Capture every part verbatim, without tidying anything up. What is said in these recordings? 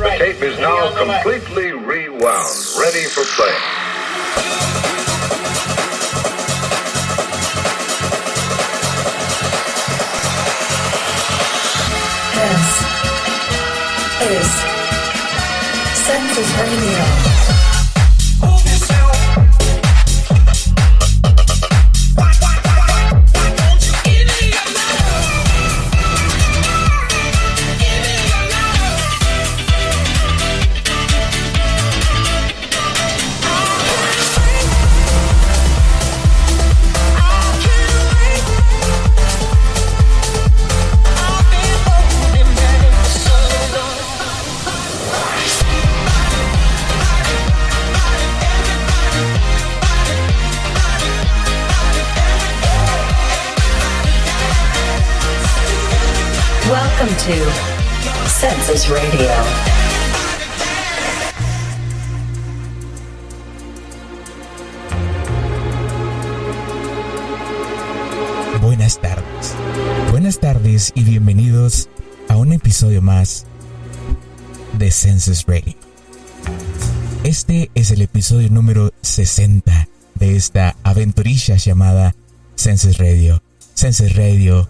The tape is now completely rewound, ready for play. This is Senses Radio. Welcome to Senses Radio. Buenas tardes. Buenas tardes y bienvenidos a un episodio más de Senses Radio. Este es el episodio número sesenta de esta aventurilla llamada Senses Radio. Senses Radio.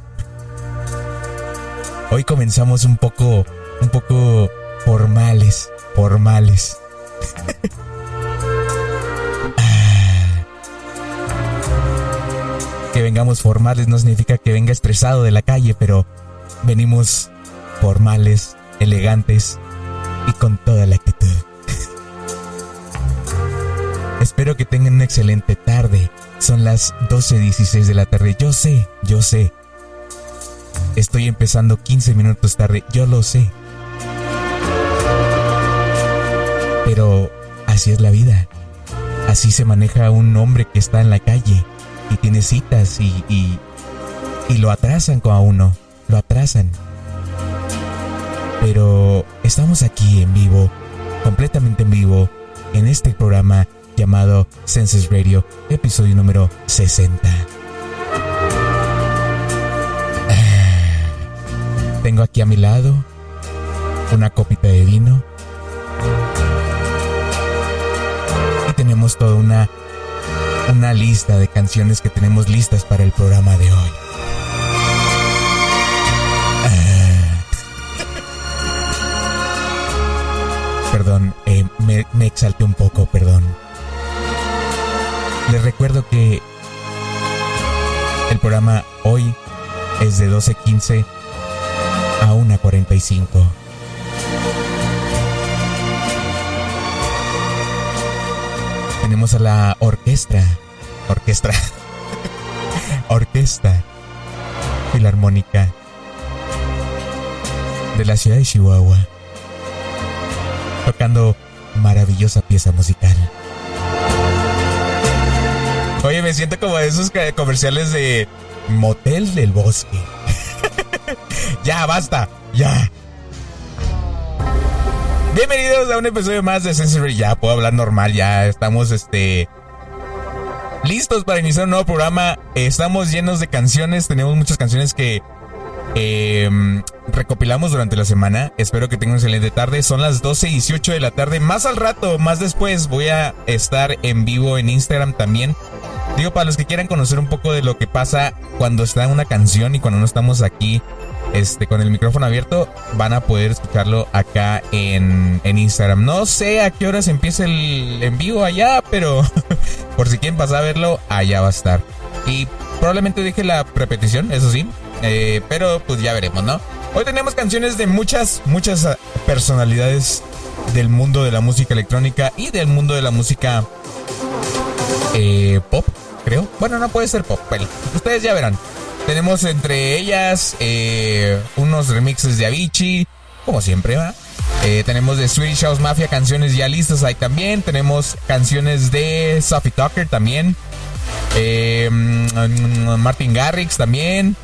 Hoy comenzamos un poco, un poco formales, formales. ah. Que vengamos formales no significa que venga estresado de la calle, pero venimos formales, elegantes y con toda la actitud. Espero que tengan una excelente tarde. Son las doce dieciséis de la tarde. Yo sé, yo sé. Estoy empezando quince minutos tarde, yo lo sé. Pero así es la vida. Así se maneja un hombre que está en la calle y tiene citas y, y, y lo atrasan con a uno. Lo atrasan. Pero estamos aquí en vivo, completamente en vivo, en este programa llamado Senses Radio, episodio número sesenta. Tengo aquí a mi lado una copita de vino y tenemos toda una, una lista de canciones que tenemos listas para el programa de hoy. Ah. Perdón, eh, me, me exalté un poco, perdón. Les recuerdo que el programa hoy es de doce quince a una cuarenta y cinco. Tenemos a la orquesta, orquesta, orquesta filarmónica de la ciudad de Chihuahua, tocando maravillosa pieza musical. Oye, me siento como de esos comerciales de Motel del Bosque. Ya, basta, ya. Bienvenidos a un episodio más de Senses Radio. Ya puedo hablar normal, ya estamos este listos para iniciar un nuevo programa. Estamos llenos de canciones, tenemos muchas canciones que eh, recopilamos durante la semana. Espero que tengan una excelente tarde. Son las doce dieciocho de la tarde. Más al rato, más después voy a estar en vivo en Instagram también. Digo, para los que quieran conocer un poco de lo que pasa cuando está una canción y cuando no estamos aquí Este, con el micrófono abierto, van a poder escucharlo acá en, en Instagram. No sé a qué horas empieza el en vivo allá, pero por si quieren pasar a verlo, allá va a estar. Y probablemente deje la repetición, eso sí, eh, pero pues ya veremos, ¿no? Hoy tenemos canciones de muchas, muchas personalidades del mundo de la música electrónica y del mundo de la música eh, pop, creo. Bueno, no puede ser pop, pero ustedes ya verán. Tenemos entre ellas eh, unos remixes de Avicii, como siempre, ¿va? Eh, tenemos de Swedish House Mafia canciones ya listas ahí también. Tenemos canciones de Sophie Tucker también. Eh, Martin Garrix también.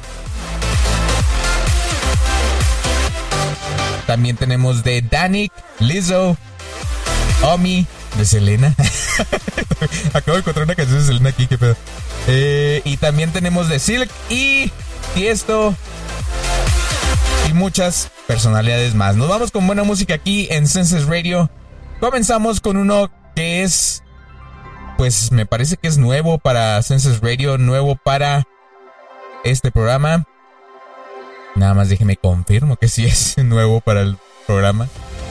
También tenemos de Danik, Lizzo, Omi, de Selena. Acabo de encontrar una canción de Selena aquí, qué pedo. Eh, y también tenemos de Silk y Tiesto. y muchas personalidades más. Nos vamos con buena música aquí en Senses Radio. Comenzamos con uno que es, pues me parece que es nuevo para Senses Radio, nuevo para este programa. Nada más déjeme confirmo que sí es nuevo para el programa.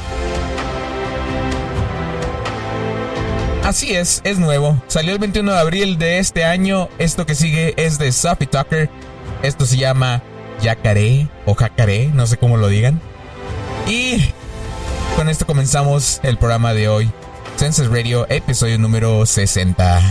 Así es, es nuevo. Salió el veintiuno de abril de este año. Esto que sigue es de Sophie Tucker. Esto se llama Yacaré o Jacaré, no sé cómo lo digan. Y con esto comenzamos el programa de hoy. Senses Radio, episodio número sesenta.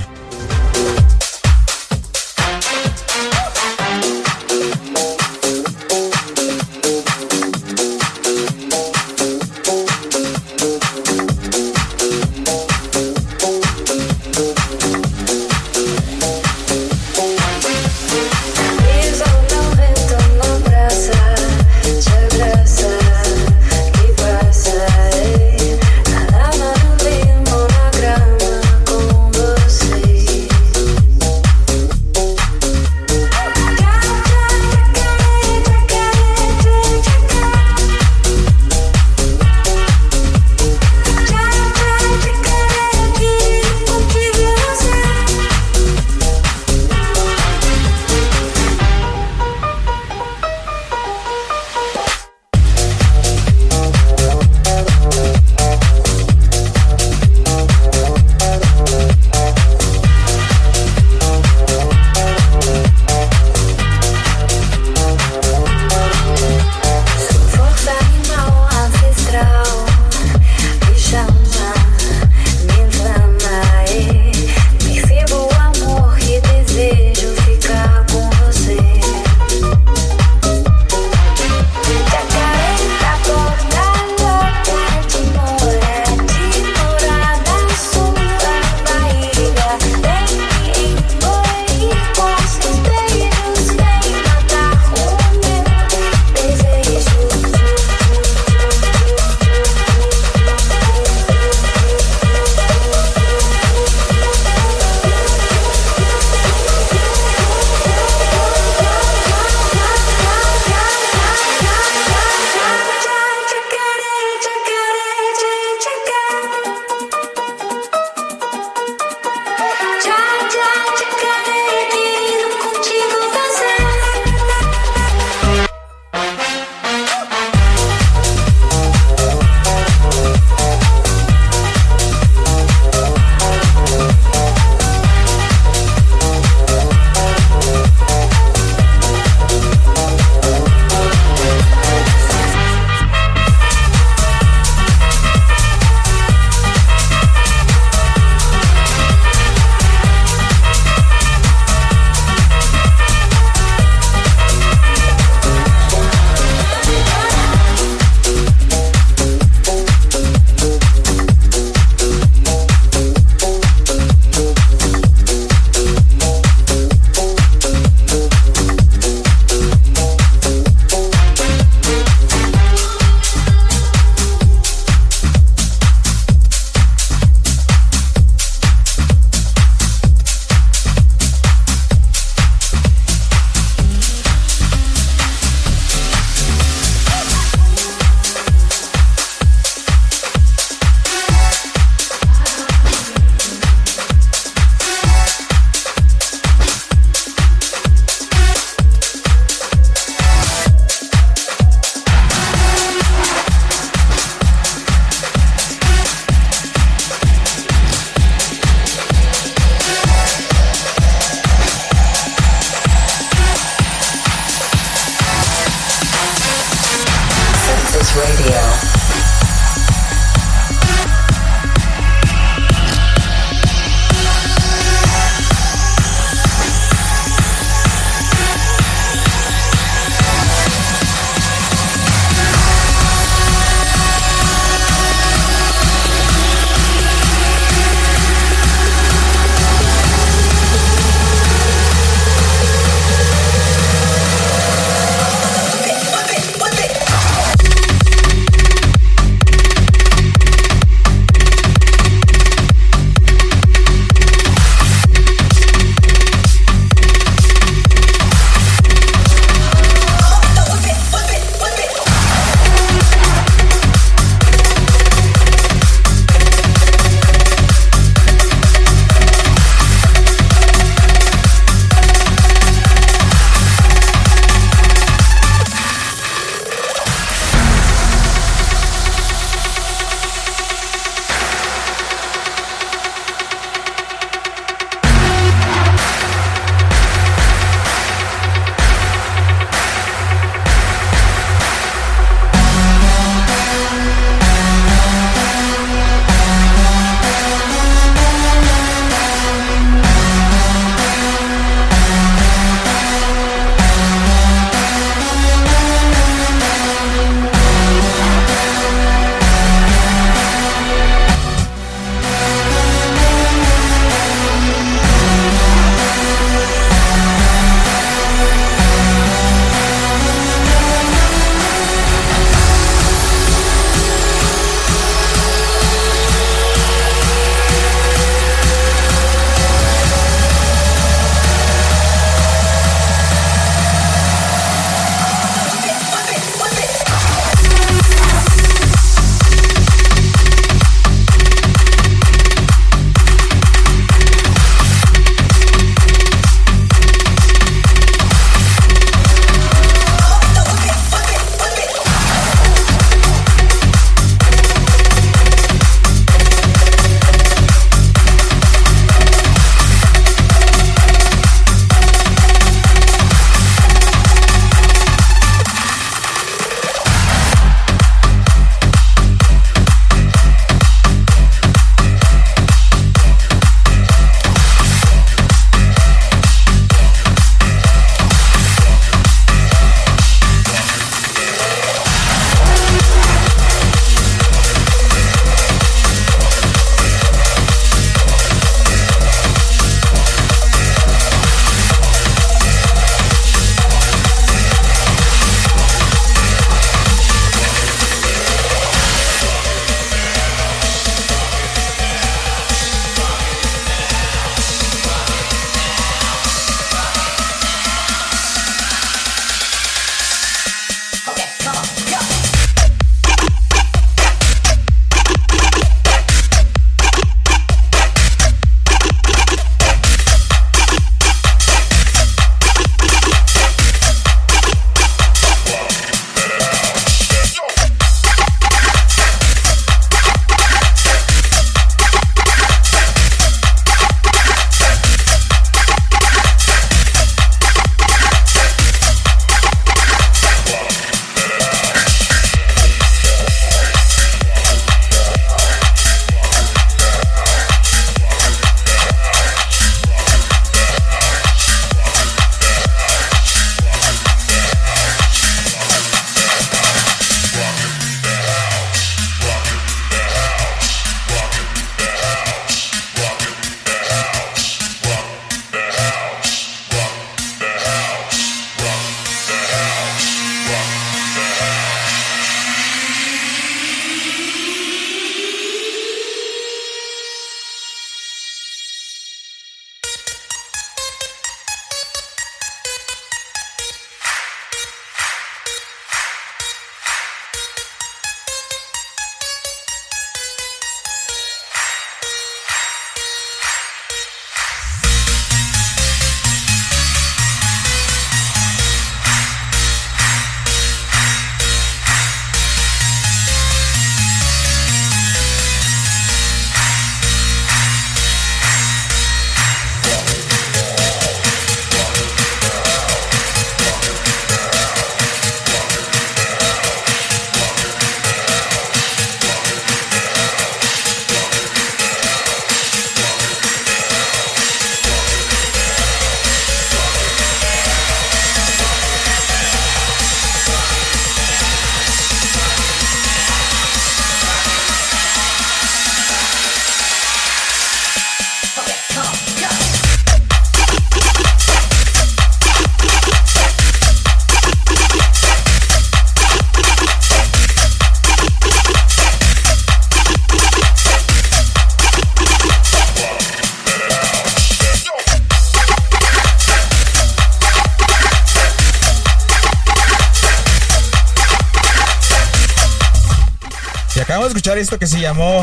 Acabamos de escuchar esto que se llamó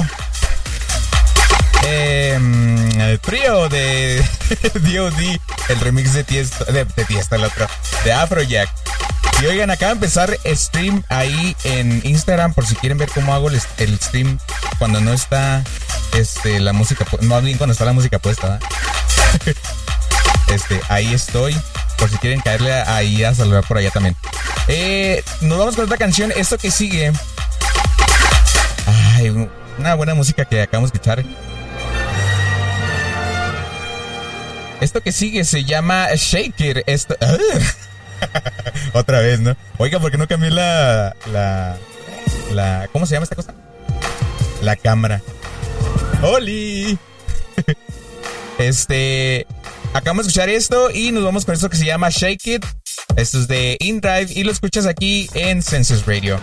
eh, el trío de D O D, el remix de Tiesto, de, de Tiesto, el otro, de Afrojack. Y oigan, acaba de empezar stream ahí en Instagram por si quieren ver cómo hago el, el stream cuando no está este, la música, más bien cuando está la música puesta, ¿verdad? Este, ahí estoy, por si quieren caerle ahí a saludar por allá también. Eh, nos vamos con otra canción, esto que sigue. Ay, una buena música que acabamos de escuchar. Esto que sigue se llama Shake It. Esto, uh, otra vez, ¿no? Oiga, ¿por qué no cambié la, la, la, ¿cómo se llama esta cosa? La cámara. ¡Oli! Este, acabamos de escuchar esto y nos vamos con esto que se llama Shake It. Esto es de InDrive y lo escuchas aquí en Senses Radio.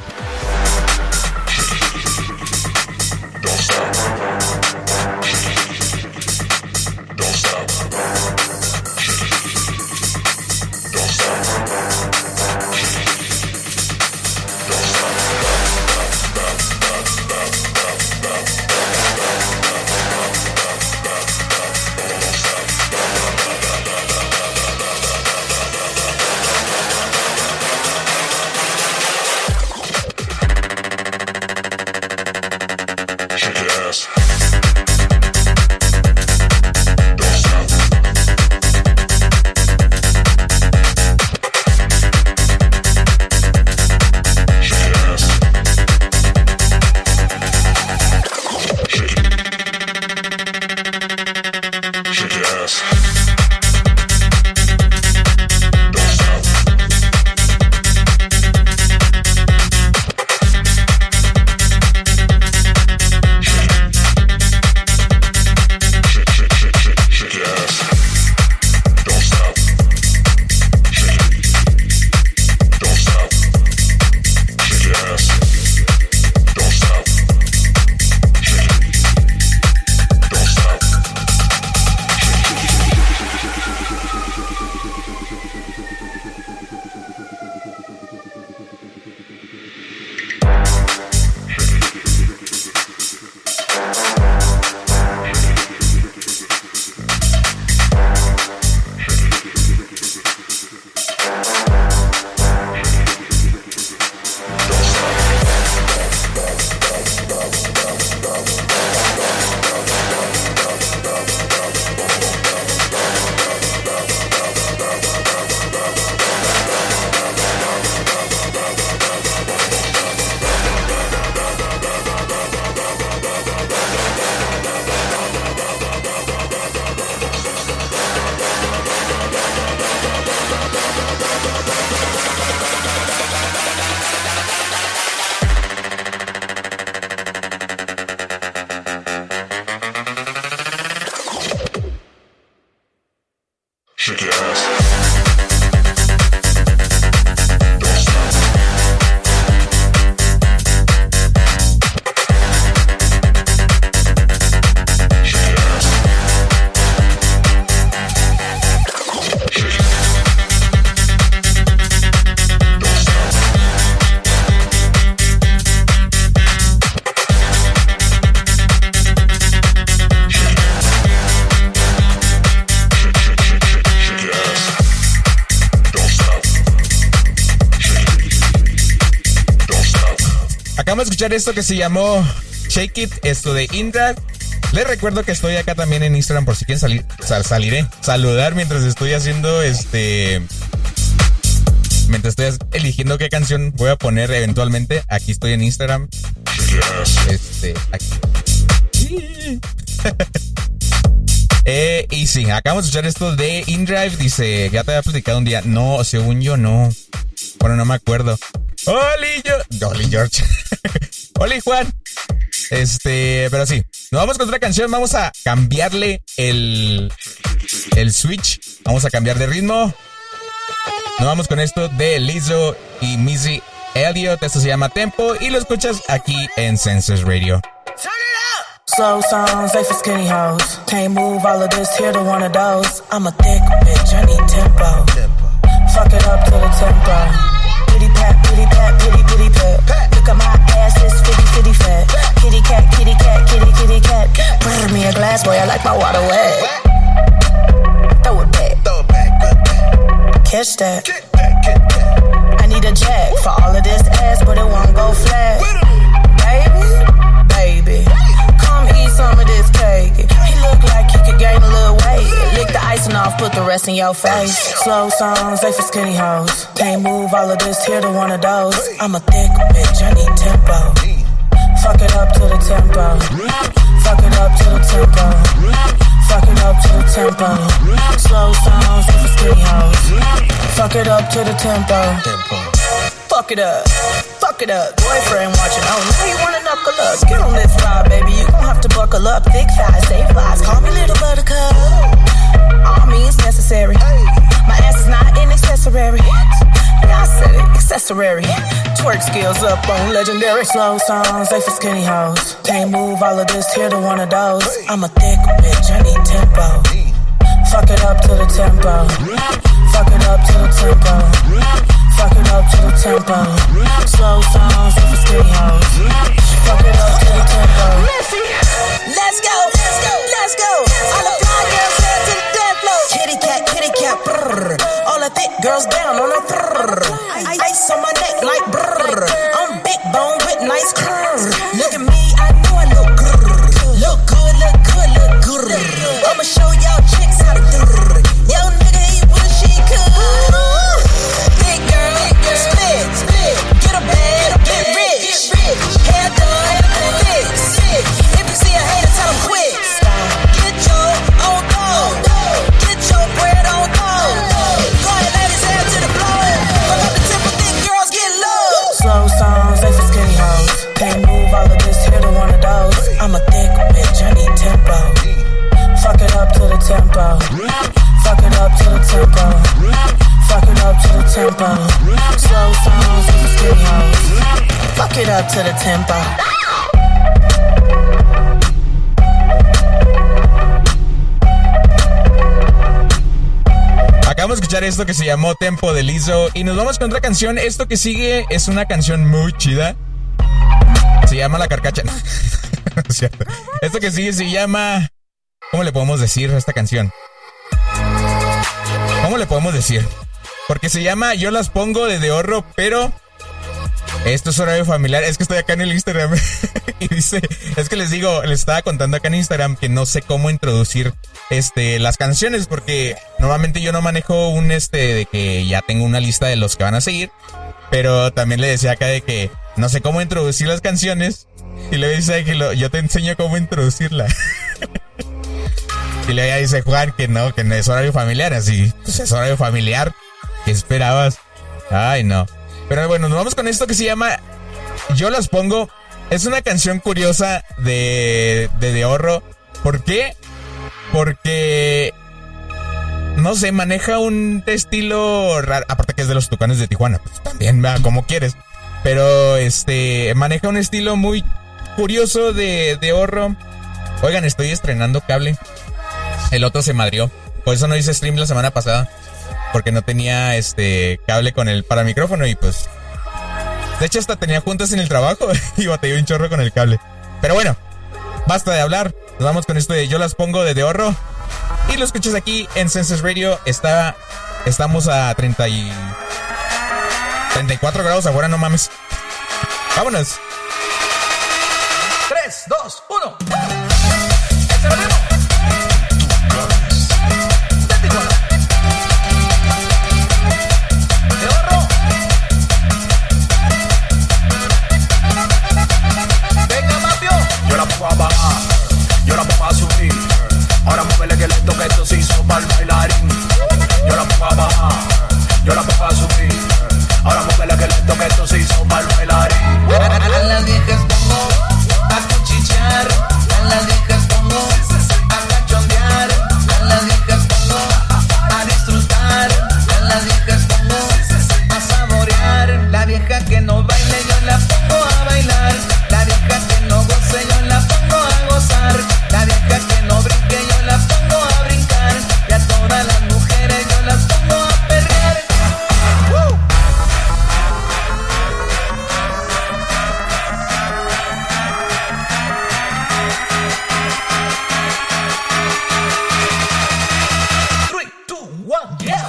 Acabamos de escuchar esto que se llamó Shake It, esto de InDrive. Les recuerdo que estoy acá también en Instagram por si quieren salir, sal, saliré, saludar mientras estoy haciendo este, mientras estoy eligiendo qué canción voy a poner eventualmente. Aquí estoy en Instagram. Este, aquí. eh, y sí, acabamos de escuchar esto de InDrive. Dice, ya te había platicado un día. No, según yo no. Bueno, no me acuerdo. ¡Oli, yo! ¡Oli, George! ¡Oli, Juan! Este, pero sí. Nos vamos con otra canción. Vamos a cambiarle el, el switch. Vamos a cambiar de ritmo. Nos vamos con esto de Lizzo y Missy Elliott. Esto se llama Tempo y lo escuchas aquí en Senses Radio. Slow songs, they for skinny hoes. Can't move all of this, here to one of those. I'm a thick bitch, I need tempo. Fuck it up to the tempo. Pitty pat, pitty pat, pitty pitty pat. Look at my ass, it's fitty fitty fat. ass in your face. Slow songs, they for skinny hoes. Can't move all of this here to one of those. I'm a thick bitch, I need tempo. Fuck it up to the tempo. Fuck it up to the tempo. Fuck it up to the tempo. Slow songs, they for skinny hoes. Fuck it up to the tempo. Fuck it up. Fuck it up. Boyfriend watching. Oh, now you wanna knuckle up. Get on this ride, baby. You gon' have to buckle up. Thick thighs, save lives. Call me little buttercup. All means necessary. My ass is not an accessory. Yeah, I said it. Accessory. Twerk skills up on legendary. Slow songs, they for skinny hoes. Can't move all of this here to one of those. I'm a thick bitch. I need tempo. Fuck it up to the tempo. Fuck it up to the tempo. Fuck it up to the tempo. Slow songs for skinny hoes. Fuck it up to the tempo. Let's go, let's go, let's go. All the fly girls head to the dance floor. Kitty cat, kitty cat, brrr. All the thick girls down on the brrr. Ice on my neck like brrr. I'm big bone with nice curves. Look at me, I know I look good. Look good, look good, look good. I'ma show y'all chicks how to do it. Yo nigga, he wish he could. Big girl, split, split. Get a bag, get rich. Hair done, fix. If you see a hater, tell him quit. Get your own dog. Get your bread on dog. Go ahead, ladies, head to the floor. Fuck up the tempo, thick girls get low. Slow songs, they for skinny hoes. Can't move all of this here to one of those. I'm a thick bitch, I need tempo. Fuck it up to the tempo. Fuck it up to the tempo. Fuck it up to the tempo. Slow songs for skinny hoes. Fuck it up to the tempo. Acabamos de escuchar esto que se llamó Tempo de Lizzo. Y nos vamos con otra canción. Esto que sigue es una canción muy chida. Se llama La Carcacha. No, no es cierto. Esto que sigue se llama... ¿Cómo le podemos decir a esta canción? ¿Cómo le podemos decir? Porque se llama Yo las pongo de Dehorro, pero... Esto es horario familiar. Es que estoy acá en el Instagram. Y dice... Es que les digo, les estaba contando acá en Instagram que no sé cómo introducir este, las canciones. Porque normalmente yo no manejo un este de que ya tengo una lista de los que van a seguir. Pero también le decía acá de que no sé cómo introducir las canciones. Y le dice que lo, yo te enseño cómo introducirla. Y le dice Juan que no, que no es horario familiar. Así, pues es horario familiar. ¿Qué esperabas? Ay, no. Pero bueno, nos vamos con esto que se llama Yo las pongo. Es una canción curiosa de de Dehorro. ¿Por qué? Porque... No sé, maneja un estilo raro. Aparte que es de los Tucanes de Tijuana. Pues también, va, como quieres. Pero, este... Maneja un estilo muy curioso de Dehorro. Oigan, estoy estrenando cable. El otro se madrió. Por eso no hice stream la semana pasada. Porque no tenía este cable con el para micrófono y pues... De hecho hasta tenía juntas en el trabajo y batallé un chorro con el cable. Pero bueno, basta de hablar. Nos vamos con esto de Yo las pongo de Dehorro. Y lo escuchas aquí en Senses Radio. Está, estamos a treinta y... treinta y cuatro grados afuera, no mames. Vámonos. tres, dos, uno. ¡Se lo vemos! Yo la pongo a bajar, yo la pongo a subir. Ahora muévele que lento que esto se hizo para el bailarín. Yo la pongo a bajar, yo la pongo a subir. Ahora muévele que lento que esto se hizo para el bailarín. A las viejas pongo a cuchichear, a las viejas pongo a cachondear, a las viejas pongo a disfrutar, a las viejas pongo a saborear. La vieja que no baile yo la pongo a bailar, la vieja que no goce yo la pongo a gozar, la vieja que no brinque yo la pongo a brincar, y a todas las mujeres yo las pongo a perrear. ¡Woo! three, two, one, yeah.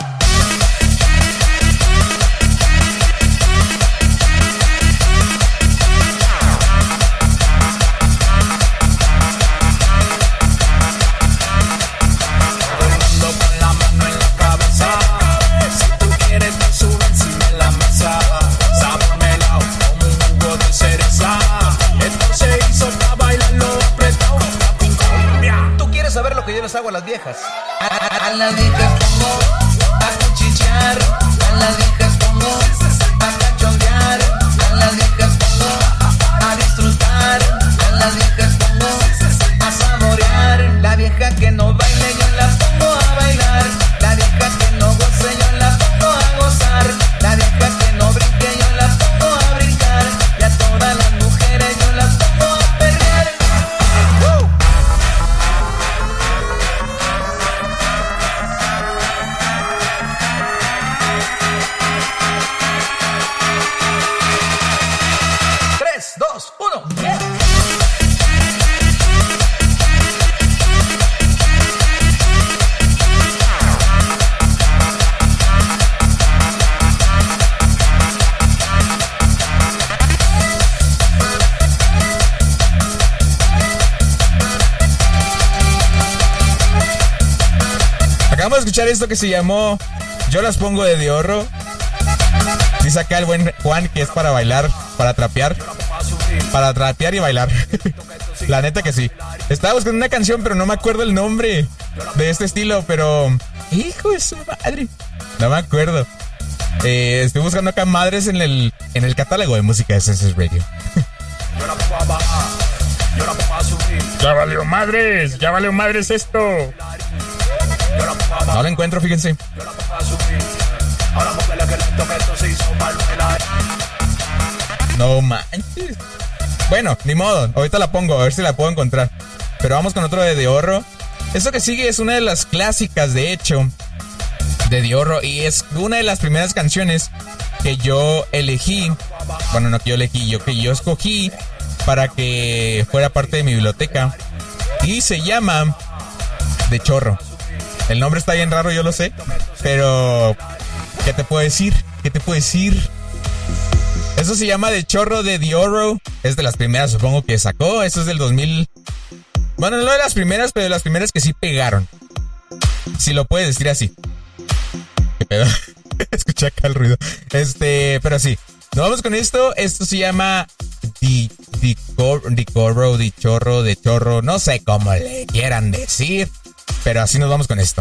hago a las viejas. A, a, a las viejas pongo a cuchichear, a las viejas pongo a cachondear, a las viejas pongo a disfrutar, a las viejas pongo a saborear. La vieja que no baile yo la pongo a bailar, la vieja que no goce yo la pongo a gozar, la vieja que no brinque yo la pongo a brincar, y a todas las mujeres yo las pongo a perrear. ¡Uh! Tres, dos, uno, yeah. Acabamos de escuchar esto que se llamó Yo las pongo de Diorro. Dice acá el buen Juan que es para bailar, para trapear. Para trapear y bailar. La neta que sí. Estaba buscando una canción, pero no me acuerdo el nombre de este estilo, pero... Hijo de su madre. No me acuerdo. Eh, estoy buscando acá madres en el, en el catálogo de música de Senses Radio. Ya valió madres, ya valió madres esto. No lo encuentro, fíjense. No manches. Bueno, ni modo, ahorita la pongo, a ver si la puedo encontrar. Pero vamos con otro de Diorro. Esto que sigue es una de las clásicas, de hecho, de Diorro. Y es una de las primeras canciones que yo elegí. Bueno, no que yo elegí, yo que yo escogí para que fuera parte de mi biblioteca. Y se llama De Chorro. El nombre está bien raro, yo lo sé. Pero, ¿qué te puedo decir? ¿Qué te puedo decir? Eso se llama De Chorro de Diorro. Es de las primeras, supongo, que sacó. Eso es del dos mil. Bueno, no de las primeras, pero de las primeras que sí pegaron. Si lo puedes decir así. ¿Qué pedo? Escuché acá el ruido. Este, pero sí. Nos vamos con esto. Esto se llama Di, Di, Di Corro, Di Chorro, De Chorro. No sé cómo le quieran decir. Pero así nos vamos con esto.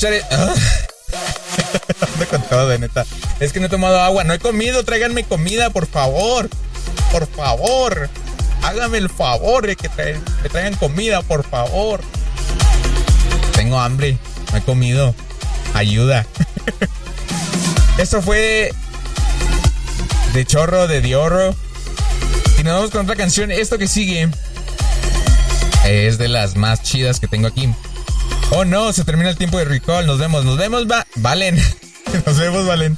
escuchar... El... ¡Ah! Ando con todo, de neta. Es que no he tomado agua, no he comido. Tráiganme comida, por favor. Por favor. Háganme el favor de que tra- me traigan comida, por favor. Tengo hambre, no he comido. Ayuda. Esto fue de Chorro, de Diorro. Y nos vamos con otra canción. Esto que sigue es de las más chidas que tengo aquí. Oh no, se termina el tiempo de recall. Nos vemos, nos vemos, va. Valen. Nos vemos, Valen.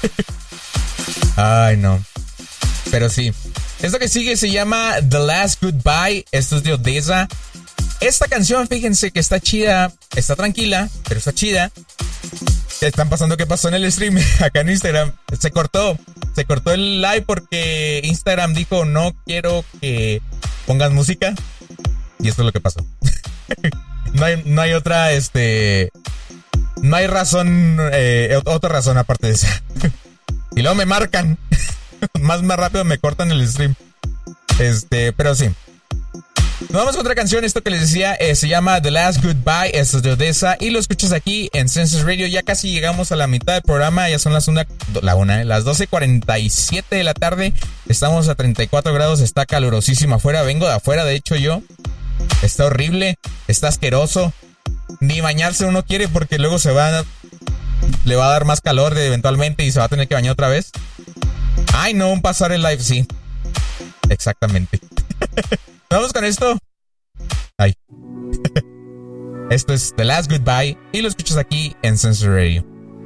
Ay, no. Pero sí. Esto que sigue se llama The Last Goodbye. Esto es de Odessa. Esta canción, fíjense que está chida. Está tranquila, pero está chida. Están pasando qué pasó en el stream acá en Instagram. Se cortó. Se cortó el live porque Instagram dijo no quiero que pongas música. Y esto es lo que pasó. No hay, no hay otra, este... No hay razón, eh, otra razón aparte de esa. Y luego me marcan. Más, más rápido me cortan el stream. Este, pero sí. Nos vamos con otra canción. Esto que les decía eh, se llama The Last Goodbye. Esto es de Odessa. Y lo escuchas aquí en Senses Radio. Ya casi llegamos a la mitad del programa. Ya son las una, la una, las doce cuarenta y siete de la tarde. Estamos a treinta y cuatro grados. Está calurosísimo afuera. Vengo de afuera, de hecho, yo. Está horrible. Está asqueroso. Ni bañarse uno quiere porque luego se va... Le va a dar más calor de, eventualmente y se va a tener que bañar otra vez. Ay, no, un pasar el live, sí. Exactamente. Vamos con esto. Ay. Esto es The Last Goodbye y lo escuchas aquí en Sense Radio.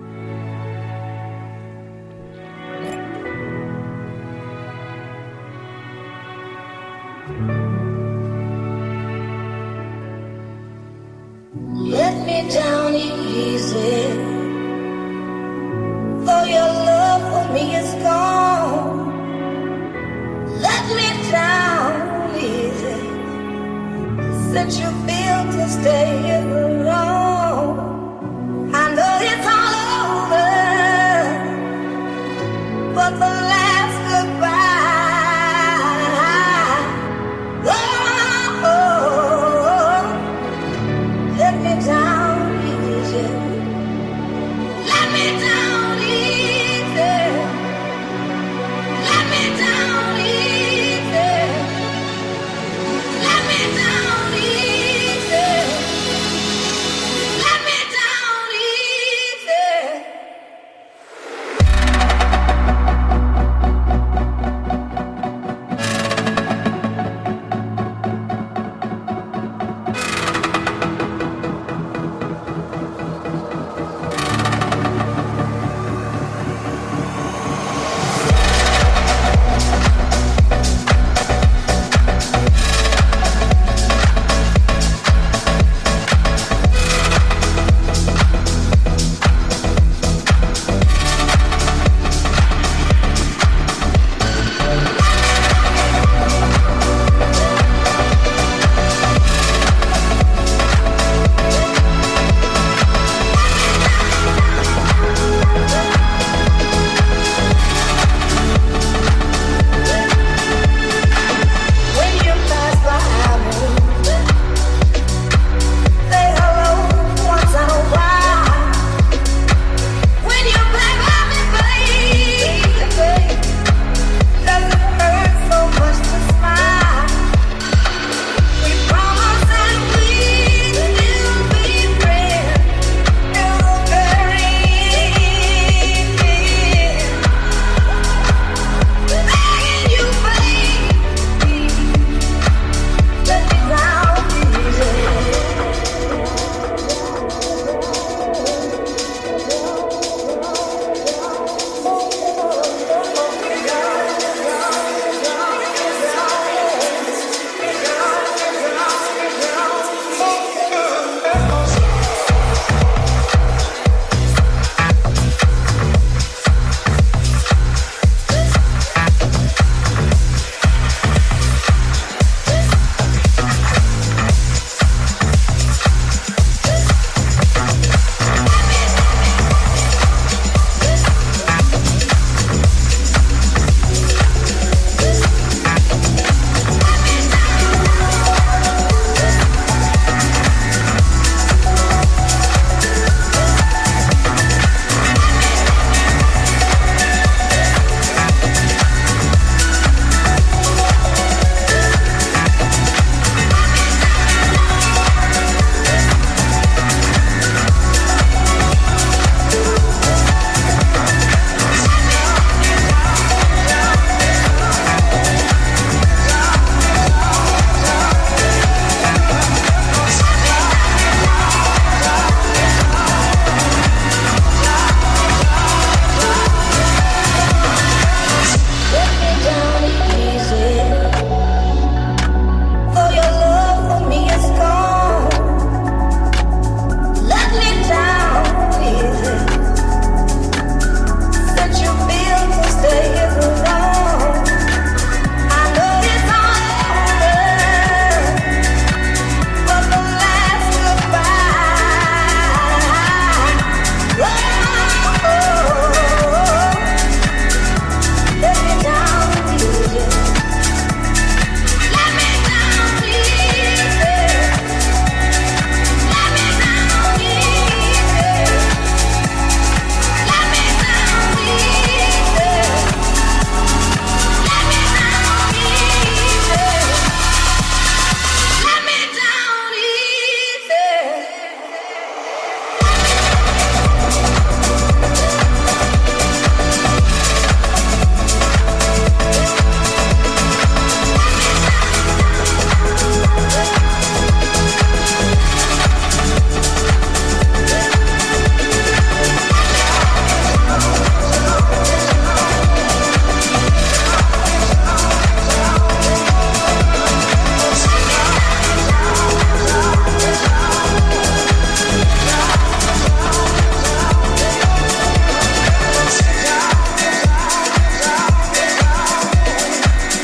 Let me down easy, though your love for me is gone. Let me down easy, since you feel to stay here alone. I know it's all over, but the last goodbye.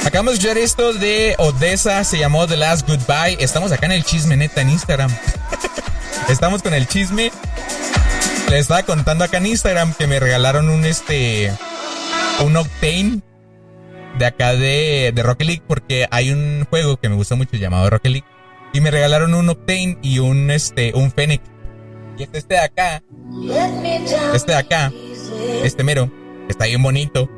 Acabamos de escuchar esto de Odessa, se llamó The Last Goodbye. Estamos acá en el chisme, neta, en Instagram. Estamos con el chisme. Les estaba contando acá en Instagram que me regalaron un este un Octane de acá de, de Rocket League, porque hay un juego que me gusta mucho llamado Rocket League y me regalaron un Octane y un este un Fennec. Y este, este de acá, este de acá, este mero, está bien bonito.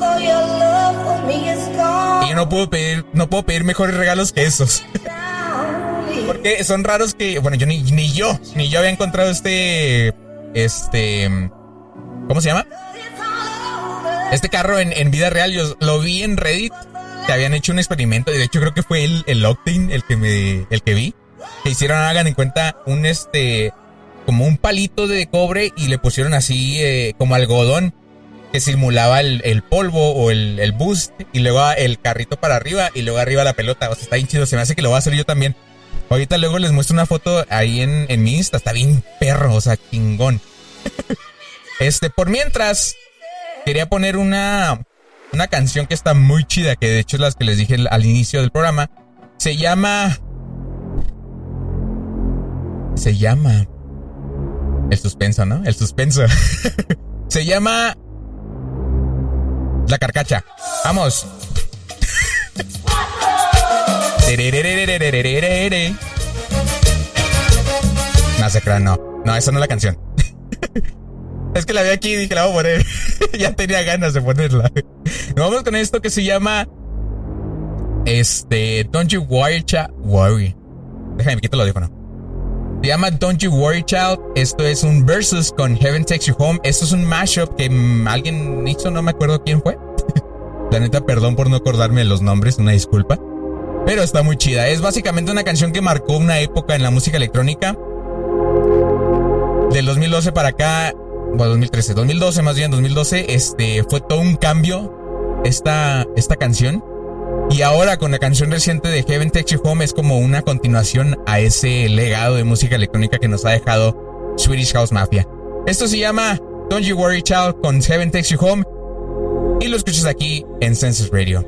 Y yo no puedo pedir, no puedo pedir mejores regalos que esos. Porque son raros que, bueno, yo ni, ni yo, ni yo había encontrado este, este, ¿cómo se llama? Este carro en, en vida real. Yo lo vi en Reddit, que habían hecho un experimento, y de hecho creo que fue el, el Octane el que me, el que vi, que hicieron, hagan en cuenta, un este, como un palito de cobre y le pusieron así, eh, como algodón, que simulaba el, el polvo o el, el boost, y luego el carrito para arriba y luego arriba la pelota. O sea, está bien chido, se me hace que lo voy a hacer yo también. Ahorita luego les muestro una foto ahí en, en mi Insta, está bien perro, o sea, chingón. Este, por mientras, quería poner una, una canción que está muy chida, que de hecho es las que les dije al inicio del programa. Se llama... Se llama... El suspenso, ¿no? El suspenso. Se llama... La Carcacha. Vamos. No se crean, no. No, esa no es la canción. Es que la vi aquí y dije, la voy a poner. Ya tenía ganas de ponerla. Nos vamos con esto que se llama... Este... Don't You Worry Child... Worry. Déjame, me quito el audífono. Se llama Don't You Worry Child. Esto es un versus con Heaven Takes You Home. Esto es un mashup que mmm, alguien hizo, no me acuerdo quién fue. La neta, perdón por no acordarme de los nombres, una disculpa. Pero está muy chida. Es básicamente una canción que marcó una época en la música electrónica. Del dos mil doce para acá, bueno, dos mil trece, dos mil doce más bien, dos mil doce, este, fue todo un cambio esta, esta canción. Y ahora con la canción reciente de Heaven Takes You Home es como una continuación a ese legado de música electrónica que nos ha dejado Swedish House Mafia. Esto se llama Don't You Worry Child con Heaven Takes You Home y lo escuchas aquí en Senses Radio.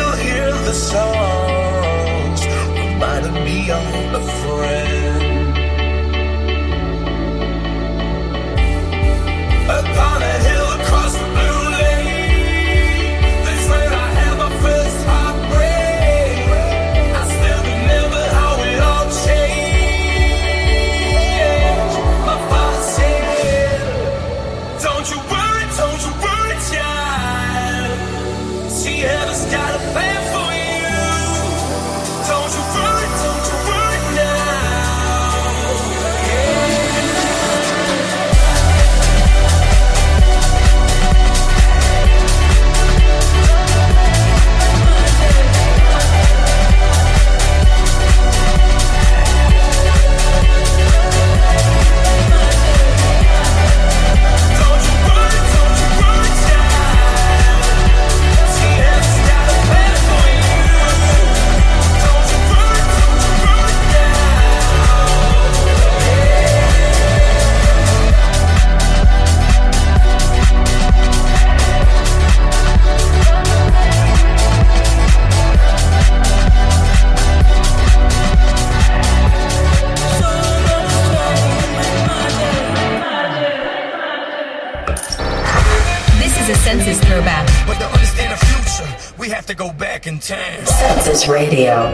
Songs reminding me of a friend. to go back in time. Census Radio.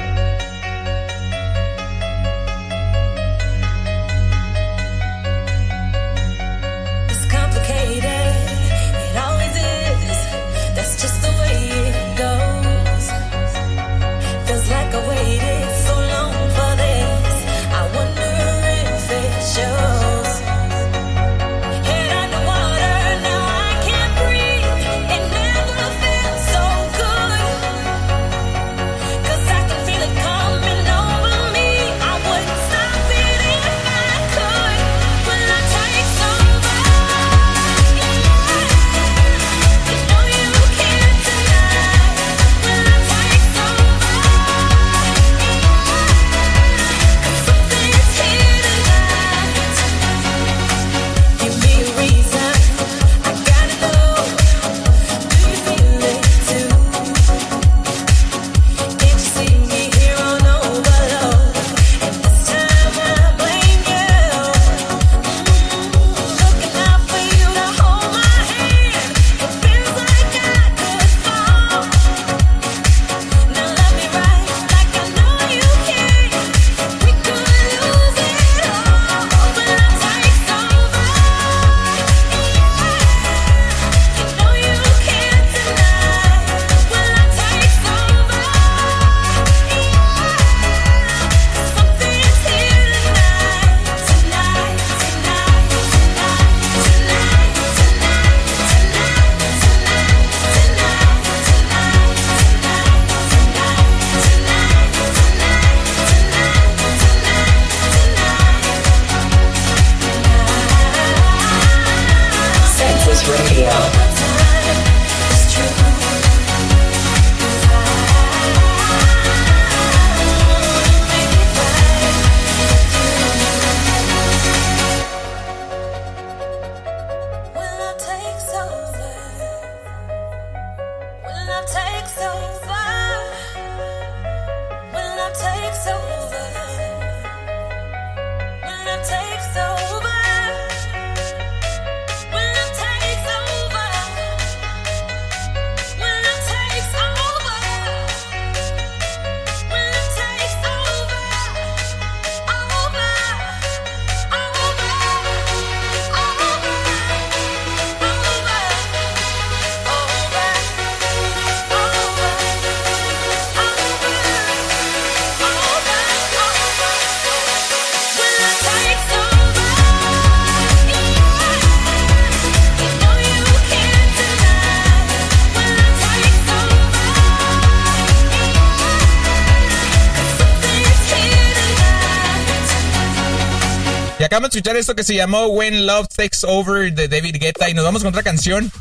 Acabamos de escuchar esto que se llamó When Love Takes Over de David Guetta y nos vamos con otra canción.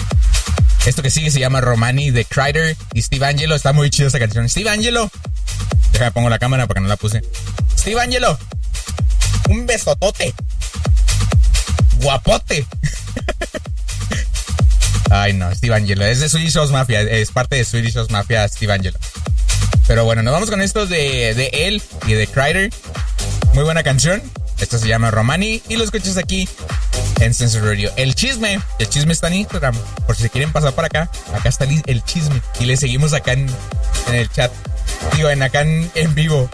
Esto que sigue se llama Romani de Kryder y Steve Angelo. Está muy chido esta canción. Steve Angelo. Déjame pongo la cámara porque no la puse. Steve Angelo. Un besotote. Guapote. Ay no, Steve Angelo. Es de Swedish House Mafia. Es parte de Swedish House Mafia Steve Angelo. Pero bueno, nos vamos con esto de, de él y de Kryder. Muy buena canción. Esto se llama Romani y lo escuchas aquí en Census Radio. El chisme, el chisme está en Instagram. Por si se quieren pasar para acá, acá está el chisme. Y le seguimos acá en, en el chat. Digo, en acá en, en vivo.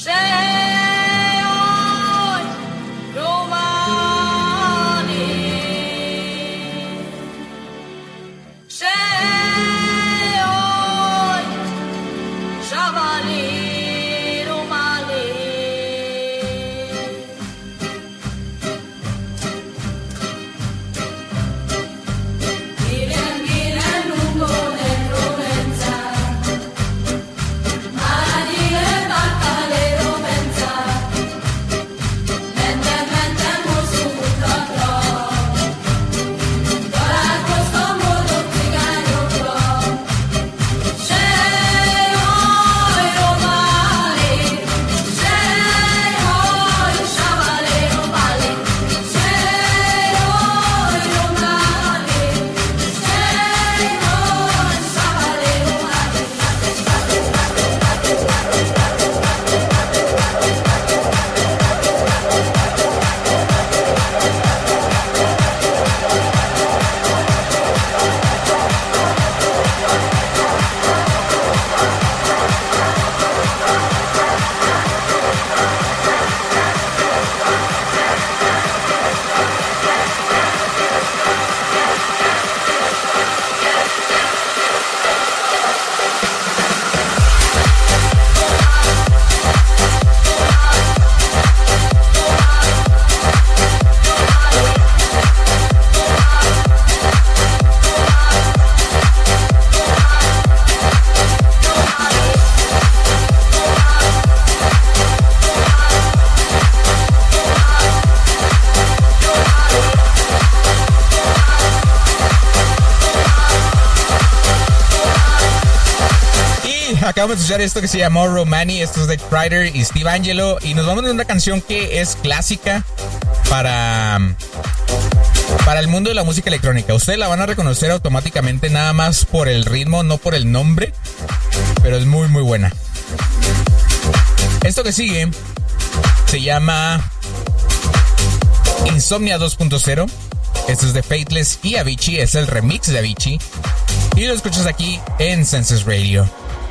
Acabamos de escuchar esto que se llamó Romani. Esto es de Kryder y Steve Angelo. Y nos vamos a una canción que es clásica para, para el mundo de la música electrónica. Ustedes la van a reconocer automáticamente nada más por el ritmo, no por el nombre. Pero es muy muy buena. Esto que sigue se llama Insomnia dos punto cero. Esto es de Faithless y Avicii. Es el remix de Avicii. Y lo escuchas aquí en Senses Radio.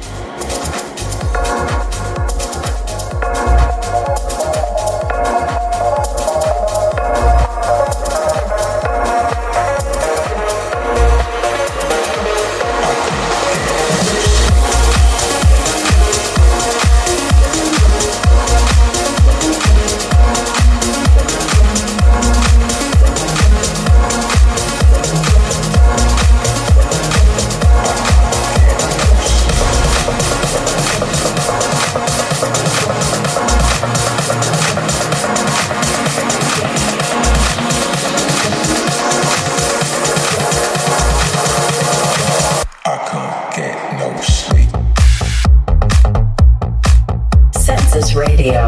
Radio.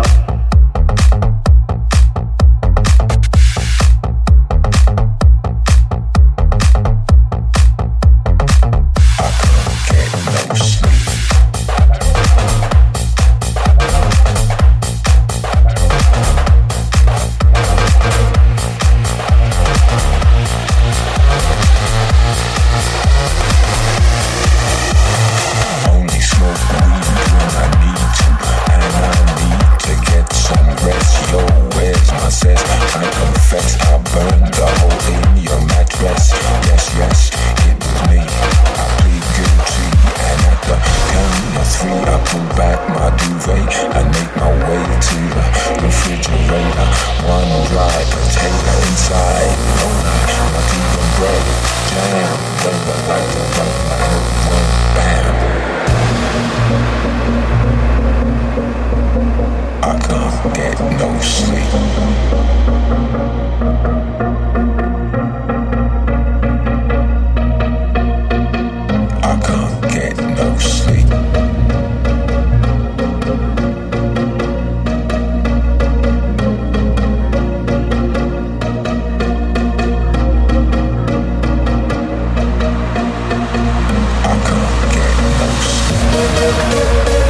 We'll be right back.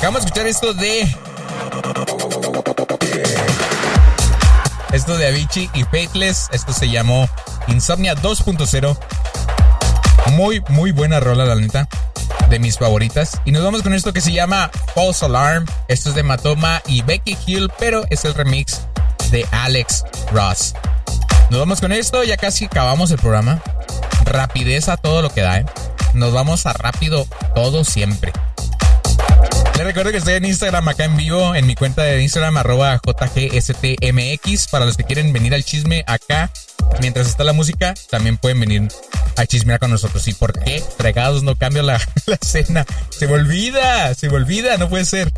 Acabamos de escuchar esto de... Esto de Avicii y Faithless. Esto se llamó Insomnia dos punto cero. Muy, muy buena rola, la neta. De mis favoritas. Y nos vamos con esto que se llama False Alarm. Esto es de Matoma y Becky Hill, pero es el remix de Alex Ross. Nos vamos con esto, ya casi acabamos el programa. Rapidez a todo lo que da, ¿eh? Nos vamos a rápido todo siempre. Les recuerdo que estoy en Instagram acá en vivo, en mi cuenta de Instagram, arroba J G S T M X. Para los que quieren venir al chisme acá, mientras está la música, también pueden venir a chismear con nosotros. ¿Y por qué fregados no cambio la, la escena? Se me olvida, se me olvida, no puede ser.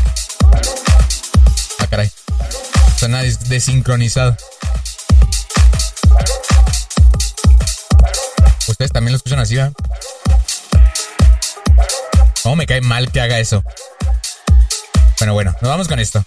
Ah, caray. Suena des- desincronizado. Ustedes también lo escuchan así, ¿verdad? ¿Cómo me cae mal que haga eso? Bueno, bueno, nos vamos con esto.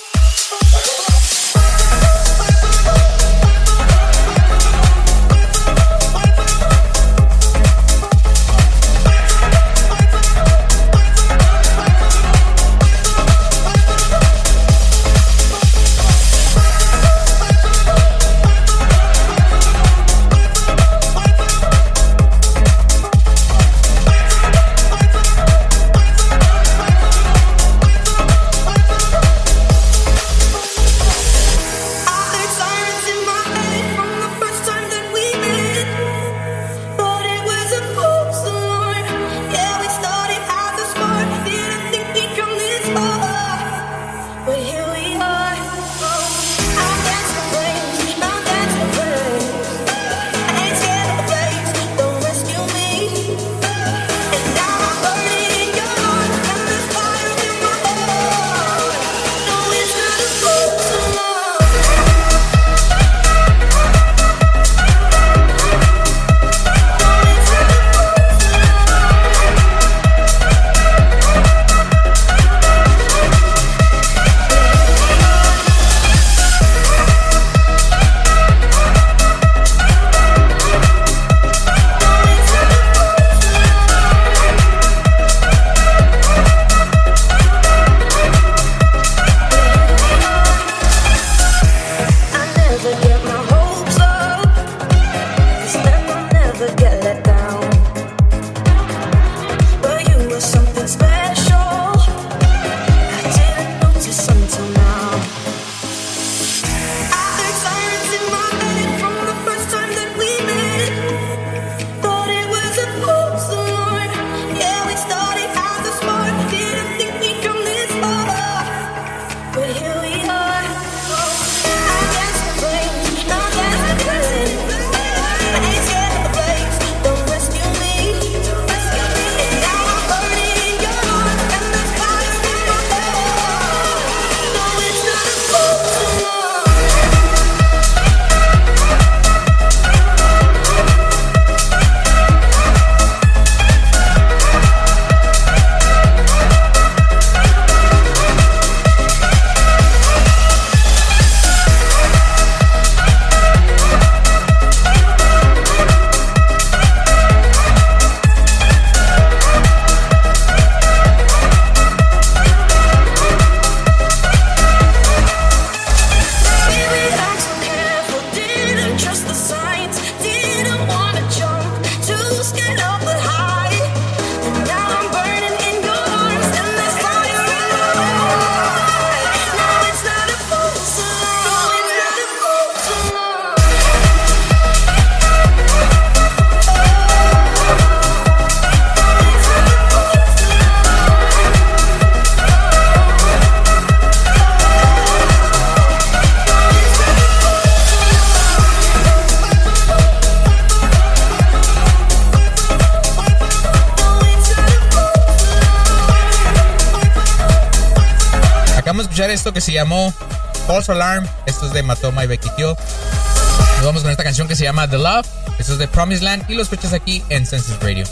Esto que se llamó False Alarm. Esto es de Matoma y Becky Hill. Nos vamos con esta canción que se llama The Love. Esto es de Promised Land y lo escuchas aquí en Senses Radio.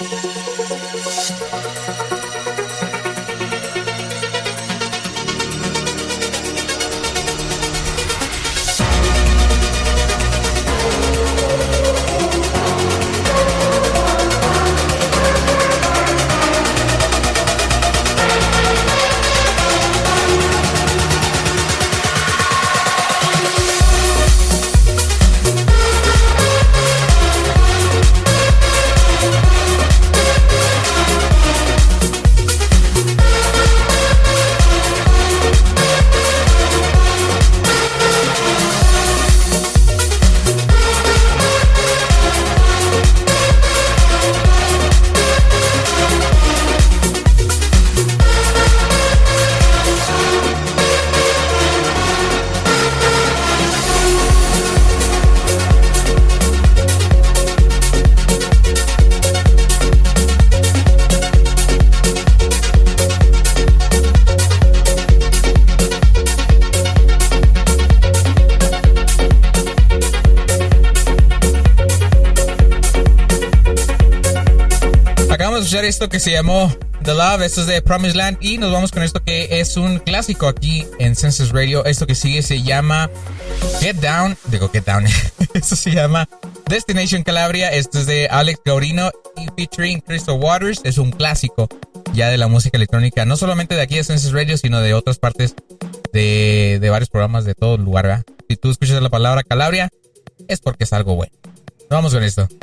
Esto que se llamó The Love, esto es de Promised Land, y nos vamos con esto que es un clásico aquí en Senses Radio. Esto que sigue se llama Get Down, digo Get Down, esto se llama Destination Calabria. Esto es de Alex Gaurino y featuring Crystal Waters. Es un clásico ya de la música electrónica, no solamente de aquí de Senses Radio, sino de otras partes de, de varios programas de todo el lugar, ¿verdad? Si tú escuchas la palabra Calabria, es porque es algo bueno. Vamos con esto.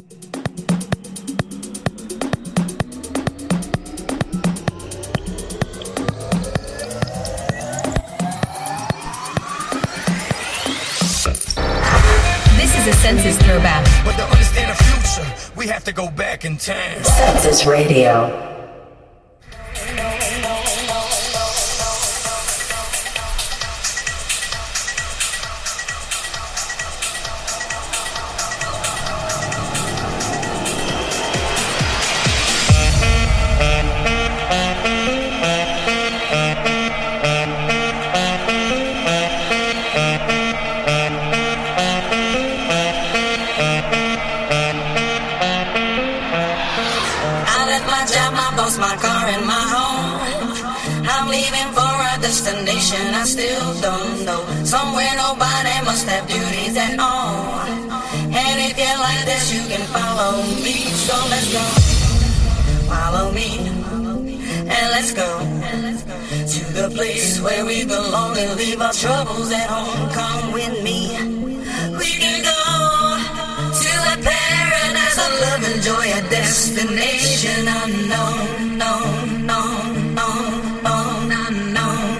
The Senses Throwback. But to understand the future, we have to go back in time. Senses Radio. Destination I still don't know. Somewhere nobody must have duties at all. And if you like this, you can follow me. So let's go. Follow me. And let's go to the place where we belong and leave our troubles at home. Come with me. We can go to a paradise of love and joy, a destination unknown, known, known, known, known, unknown.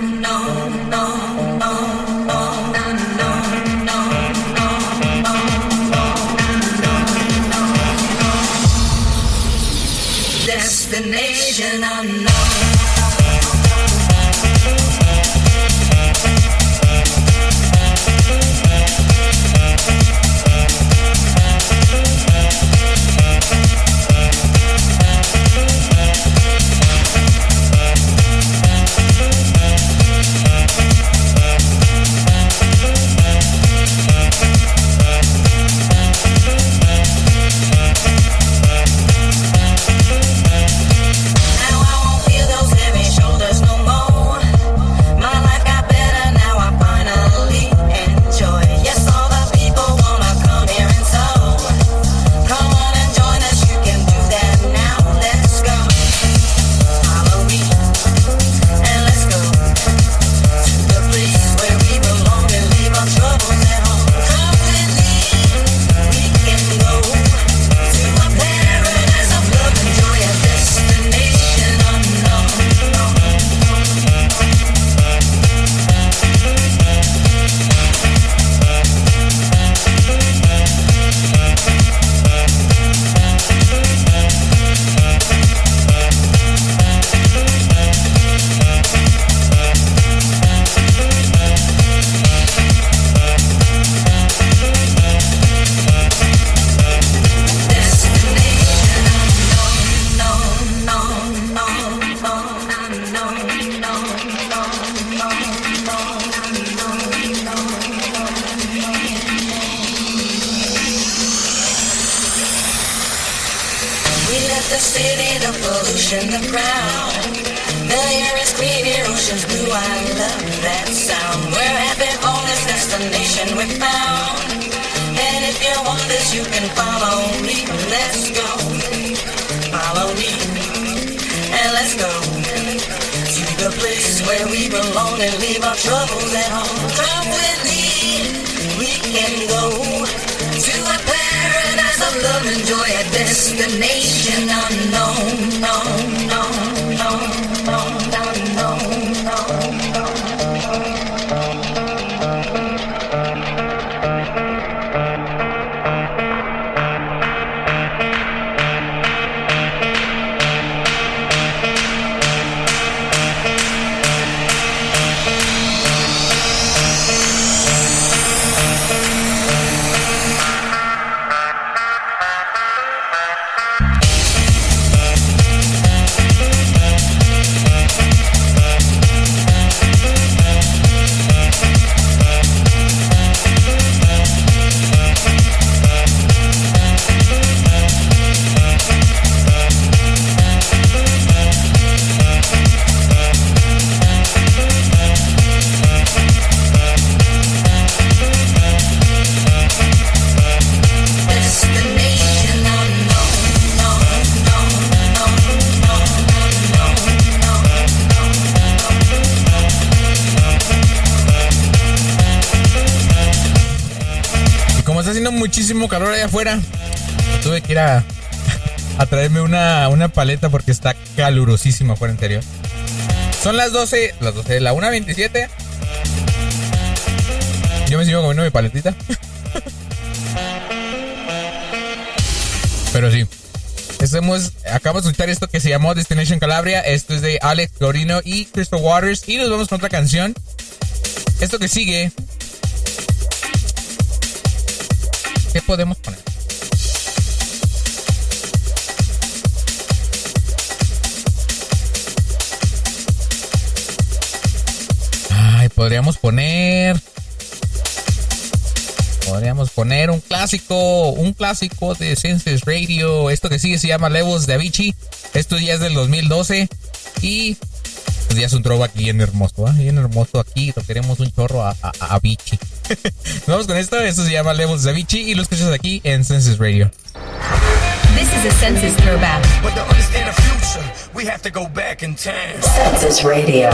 Destination unknown. Joy. We left the city, the pollution, the crowd. The air is clear, ocean's blue, I love that sound. We're happy on this destination we found. And if you want this, you can follow me. Let's go. Follow me. And let's go to the place where we belong and leave our troubles at home. Come with me. We can go to a paradise of love and joy, a destination unknown. No, no, no, no, no, no, no, no. Muchísimo calor allá afuera. Tuve que ir a, a traerme una, una paleta porque está calurosísimo afuera interior. Son las doce, las doce, la una veintisiete. Yo me sigo comiendo mi paletita. Pero sí. Estamos, acabamos de escuchar esto que se llamó Destination Calabria. Esto es de Alex Gorino y Crystal Waters. Y nos vamos con otra canción. Esto que sigue. ¿Qué podemos poner? Ay, podríamos poner... Podríamos poner un clásico, un clásico de Senses Radio. Esto que sigue se llama Levels de Avicii. Esto ya es del dos mil doce. Y pues ya es un throwback bien hermoso, ¿eh? Bien hermoso aquí. Lo queremos un chorro a, a, a Avicii. Nos vamos con esto. Esto se llama Levels de Avicii y lo escuchas aquí en Senses Radio. This is a Senses Throwback. But to understand the future, we have to go back in time. Senses Radio.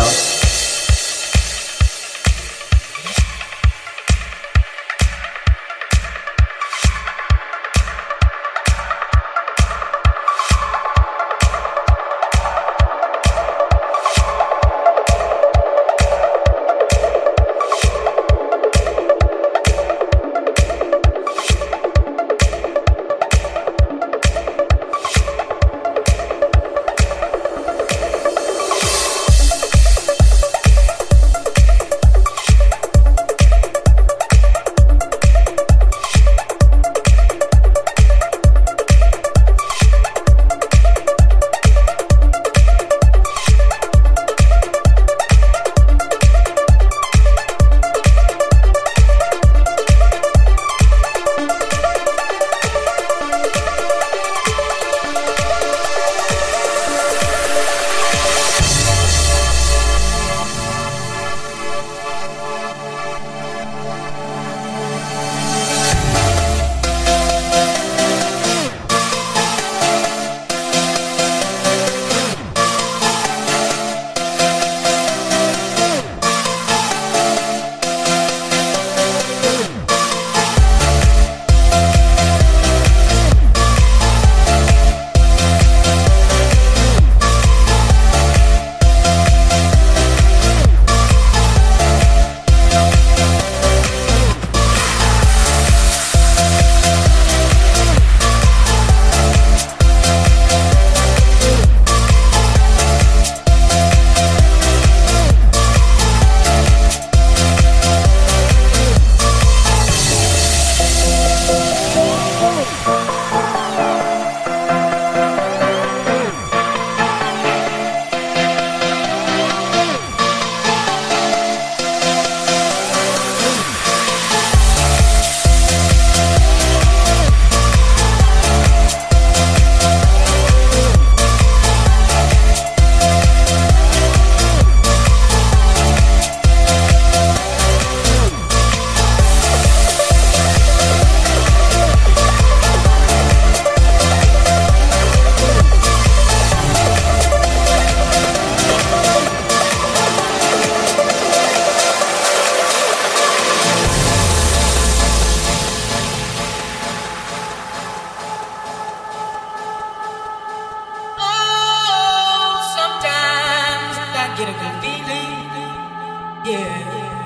get a good feeling, yeah.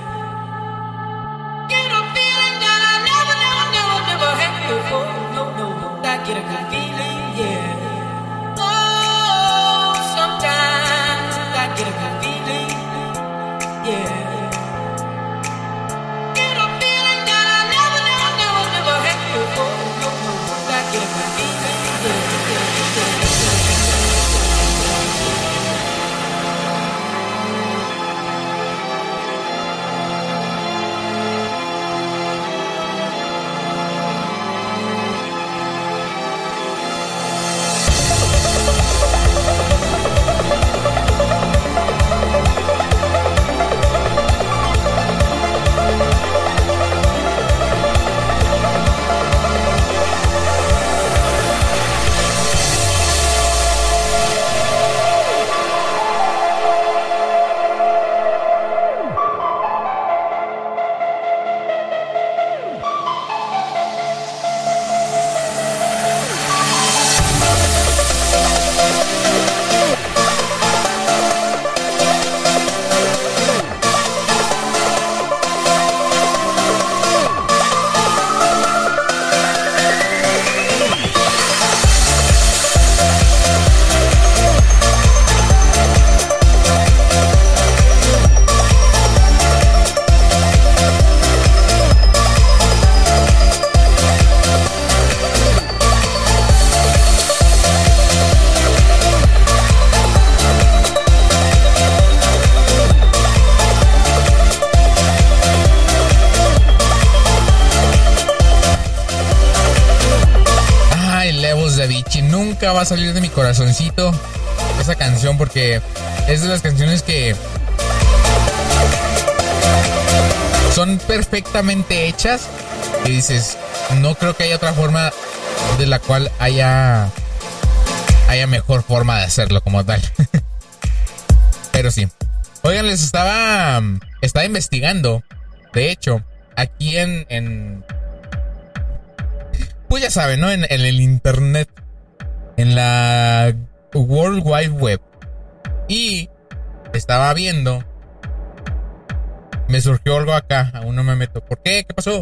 Get a feeling that I never, never, never, never had before. No, no, no, I get a good feeling, yeah. Oh, sometimes I get a good feeling, yeah. Get a feeling that I never, never, never, never had before. No, no, no, I get a good feeling, yeah, yeah, yeah. Nunca va a salir de mi corazoncito esa canción porque es de las canciones que son perfectamente hechas y dices, no creo que haya otra forma de la cual haya haya mejor forma de hacerlo como tal. Pero sí. Oigan, les estaba estaba investigando, de hecho, aquí en en pues ya saben, ¿no? En, en el internet, en la World Wide Web. Y estaba viendo. Me surgió algo acá. Aún no me meto. ¿Por qué? ¿Qué pasó?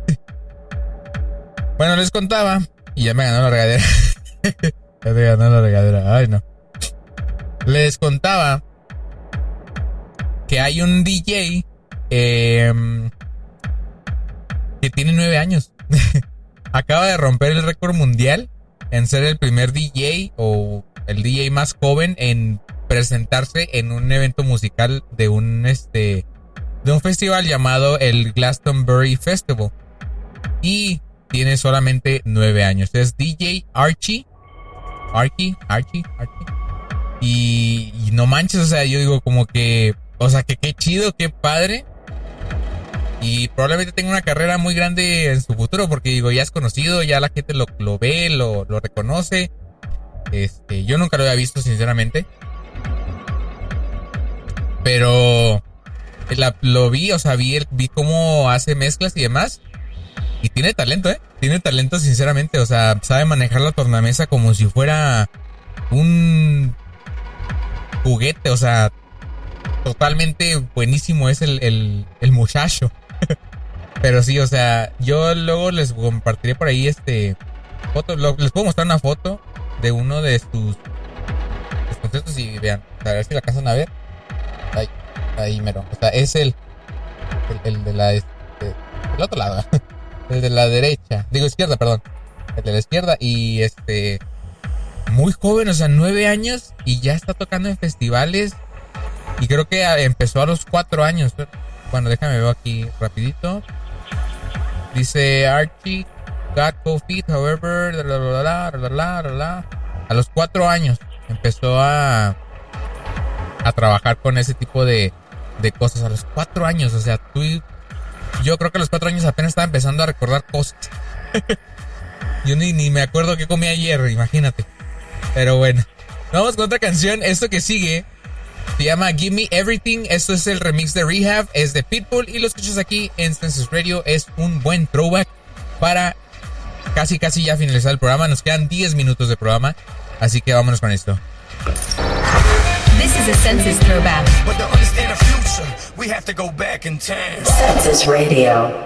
Bueno, les contaba. Y ya me ganó la regadera. Ya me ganó la regadera. Ay, no. Les contaba que hay un D J eh, que tiene nueve años. Acaba de romper el récord mundial en ser el primer D J o el D J más joven en presentarse en un evento musical de un este de un festival llamado el Glastonbury Festival. Y tiene solamente nueve años. Es D J Archie. Archie, Archie, Archie. Y, y no manches, o sea, yo digo como que, o sea, que qué chido, qué padre. Y probablemente tenga una carrera muy grande en su futuro, porque digo, ya es conocido, ya la gente lo, lo ve, lo, lo reconoce. Este, yo nunca lo había visto, sinceramente. Pero la, lo vi, o sea, vi, vi cómo hace mezclas y demás. Y tiene talento, ¿eh? Tiene talento, sinceramente. O sea, sabe manejar la tornamesa como si fuera un juguete. O sea, totalmente buenísimo es el, el, el muchacho. Pero sí, o sea, yo luego les compartiré por ahí este foto. Lo, les puedo mostrar una foto de uno de sus, sus conciertos y vean, a ver si la alcanzan a ver. Ahí, ahí mero. O sea, es el, el, el de la este, el otro lado. El de la derecha, digo izquierda, perdón. El de la izquierda y este muy joven, o sea, nueve años y ya está tocando en festivales. Y creo que empezó a los cuatro años. Bueno, déjame ver aquí rapidito. Dice Archie got both feet, however, la, la, la, la, la, la, la. A los cuatro años empezó a a trabajar con ese tipo de de cosas. A los cuatro años, o sea, tú yo creo que a los cuatro años apenas estaba empezando a recordar cosas. Yo ni, ni me acuerdo qué comí ayer, imagínate. Pero bueno, vamos con otra canción. Esto que sigue se llama Give Me Everything. Esto es el remix de Rehab, es de Pitbull y lo escuchas aquí en Senses Radio. Es un buen throwback para casi casi ya finalizar el programa. Nos quedan diez minutos de programa, así que vámonos con esto. This is a census throwback. But to understand the future, we have to go back in time. Census Radio.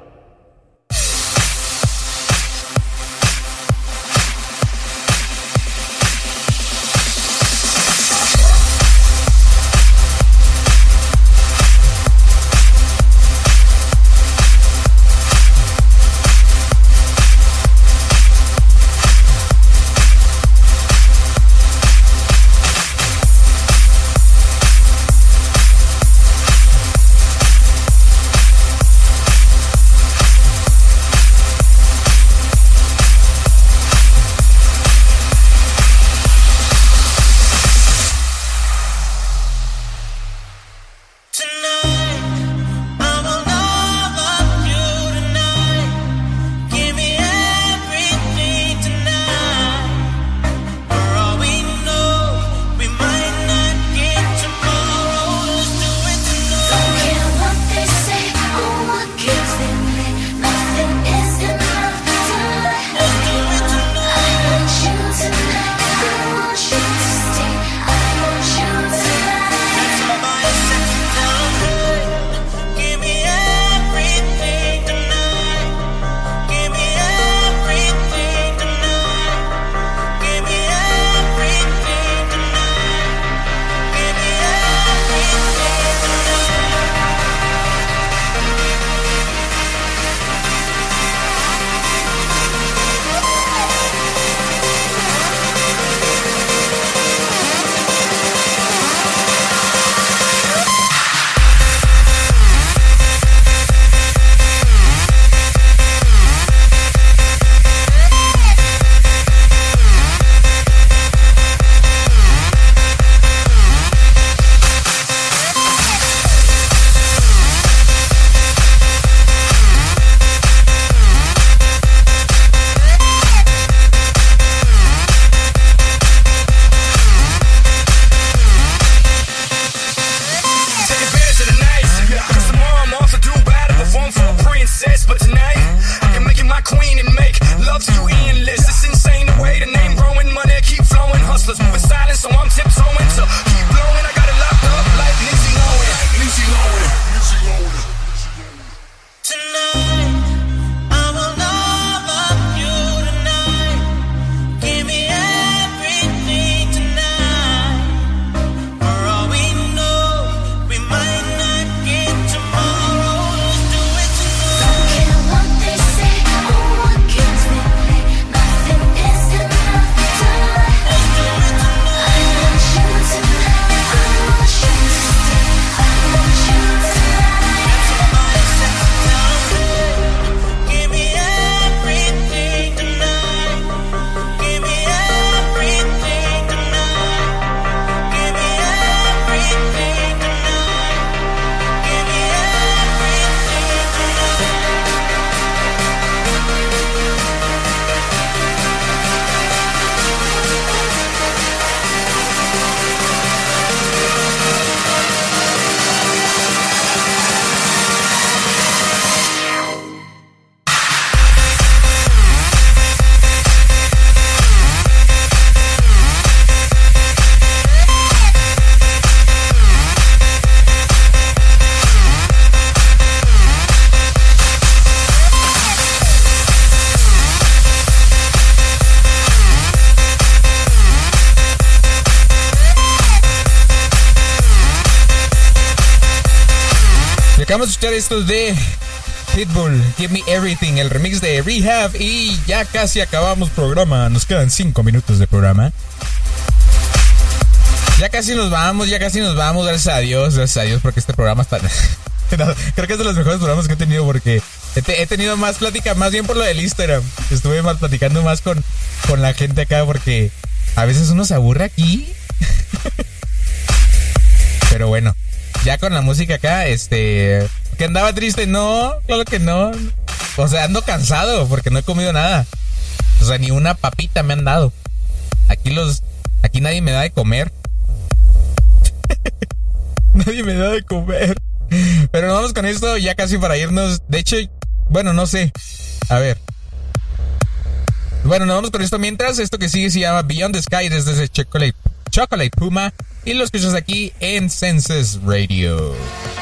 Acabamos de escuchar esto de Pitbull, Give Me Everything, el remix de Rehab. Y ya casi acabamos programa. Nos quedan cinco minutos de programa. Ya casi nos vamos, ya casi nos vamos. Gracias a Dios, gracias a Dios, porque este programa está... no, creo que es de los mejores programas que he tenido, porque he, te, he tenido más plática, más bien por lo del Instagram. Estuve más platicando más con, con la gente acá, porque a veces uno se aburre aquí. Pero bueno, ya con la música acá, este... ¿Que andaba triste? No, claro que no. O sea, ando cansado porque no he comido nada. O sea, ni una papita me han dado. Aquí los... Aquí nadie me da de comer. Nadie me da de comer. Pero nos vamos con esto ya casi para irnos. De hecho, bueno, no sé. A ver. Bueno, nos vamos con esto mientras. Esto que sigue se llama Beyond the Sky desde ese Chocolate, Chocolate Puma. y lo escuchas aquí en Senses Radio.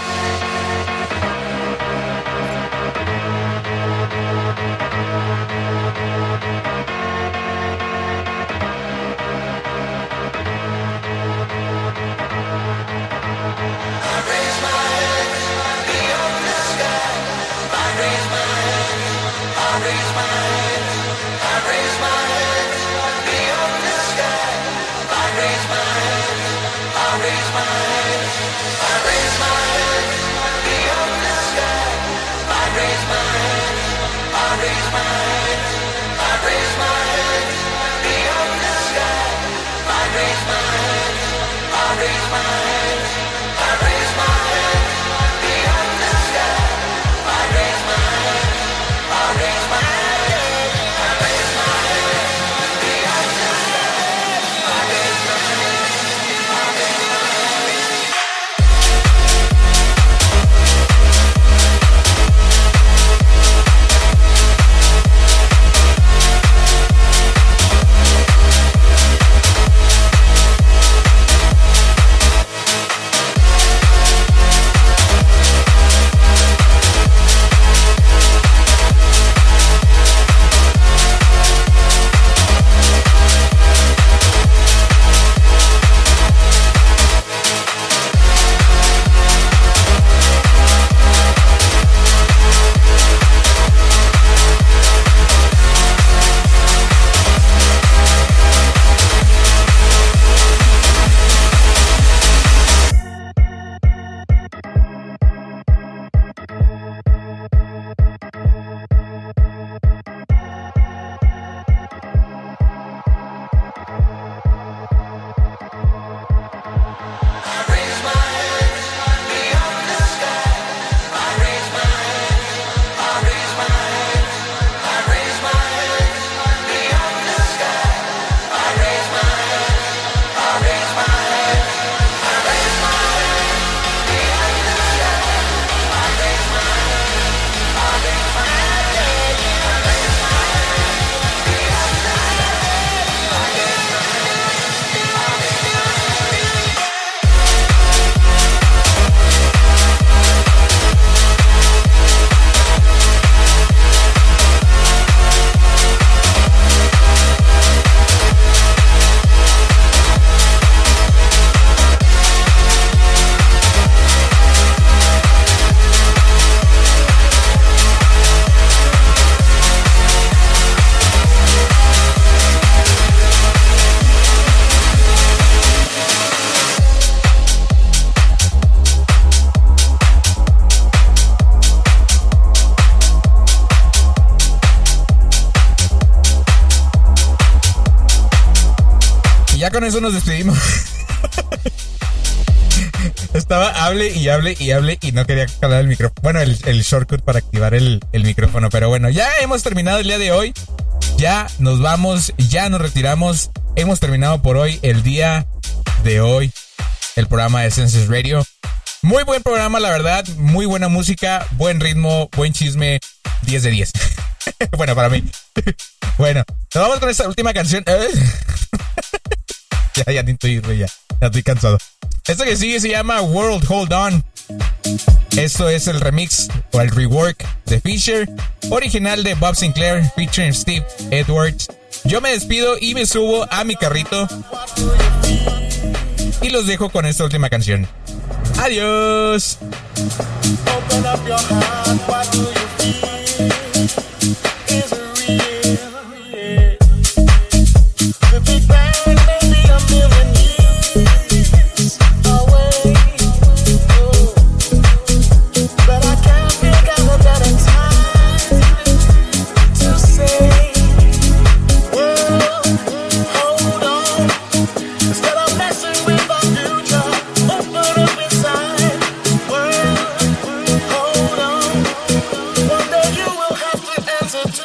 Ya con eso nos despedimos. Estaba hable y hable y hable y no quería calar el micrófono. Bueno, el, el shortcut para activar el, el micrófono. Pero bueno, ya hemos terminado el día de hoy. Ya nos vamos, ya nos retiramos. Hemos terminado por hoy, el día de hoy, el programa de Senses Radio. Muy buen programa, la verdad. Muy buena música, buen ritmo, buen chisme. diez de diez. Bueno, para mí. Bueno, nos vamos con esta última canción. Ya, ya, ni estoy, ya, ya estoy cansado. Esto que sigue se llama World Hold On. Esto es el remix o el rework de Fisher, original de Bob Sinclair, featuring Steve Edwards. Yo me despido y me subo a mi carrito y los dejo con esta última canción. Adiós. Open up your heart, what do you feel? Is it real? The Big Bang may be a million years away, oh, but I can't think of a better time to say, well, hold on, instead of messing with our future, open up inside, well, hold on, one day you will have to answer to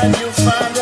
and you find